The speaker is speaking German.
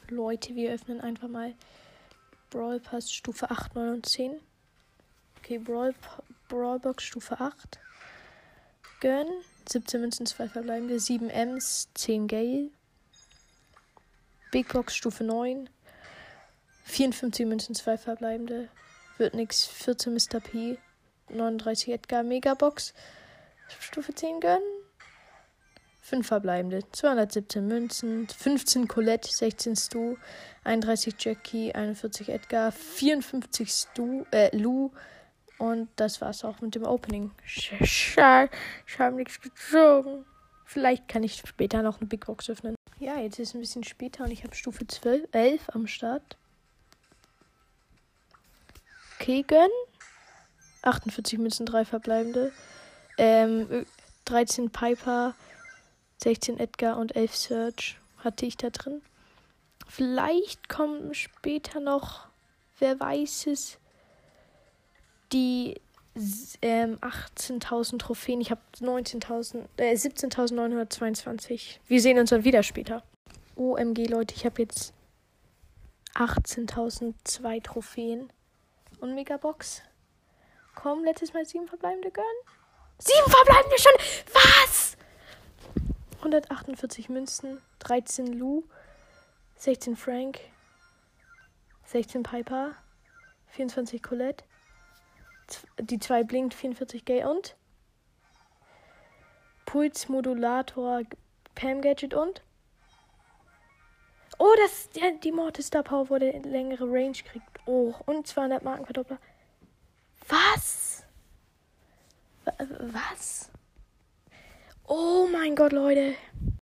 Leute, wir öffnen einfach mal Brawl Pass Stufe 8, 9 und 10. Okay, Brawl Box Stufe 8. Gönn. 17 Münzen, 2 verbleibende. 7 Ms, 10 Gale. Big Box Stufe 9. 54 Münzen, 2 verbleibende. Wird nix. 14 Mr. P. 39 Edgar. Megabox Stufe 10 gönnen. 5 verbleibende. 217 Münzen. 15 Colette. 16 Stu. 31 Jackie. 41 Edgar. 54 Lou. Und das war's auch mit dem Opening. Schade, ich habe nichts gezogen. Vielleicht kann ich später noch eine Big Box öffnen. Ja, jetzt ist ein bisschen später und ich habe Stufe 11 am Start. Okay, gönn. 48 Münzen, 3 verbleibende. 13 Piper, 16 Edgar und 11 Search hatte ich da drin. Vielleicht kommen später noch, wer weiß es, die 18.000 Trophäen. Ich habe 17.922. Wir sehen uns dann wieder später. OMG, Leute, ich habe jetzt 18.002 Trophäen. Und Megabox. Komm, letztes Mal 7 verbleibende gönnen. 7 verbleibende schon! Was? 148 Münzen, 13 Lou, 16 Frank, 16 Piper, 24 Colette, die 2 blinkt, 44 Gay und Pulsmodulator, Pam Gadget und die Mortis Star Power, wo der längere Range kriegt. Oh, und 200 Markenverdoppler. Was? Was? Oh mein Gott, Leute.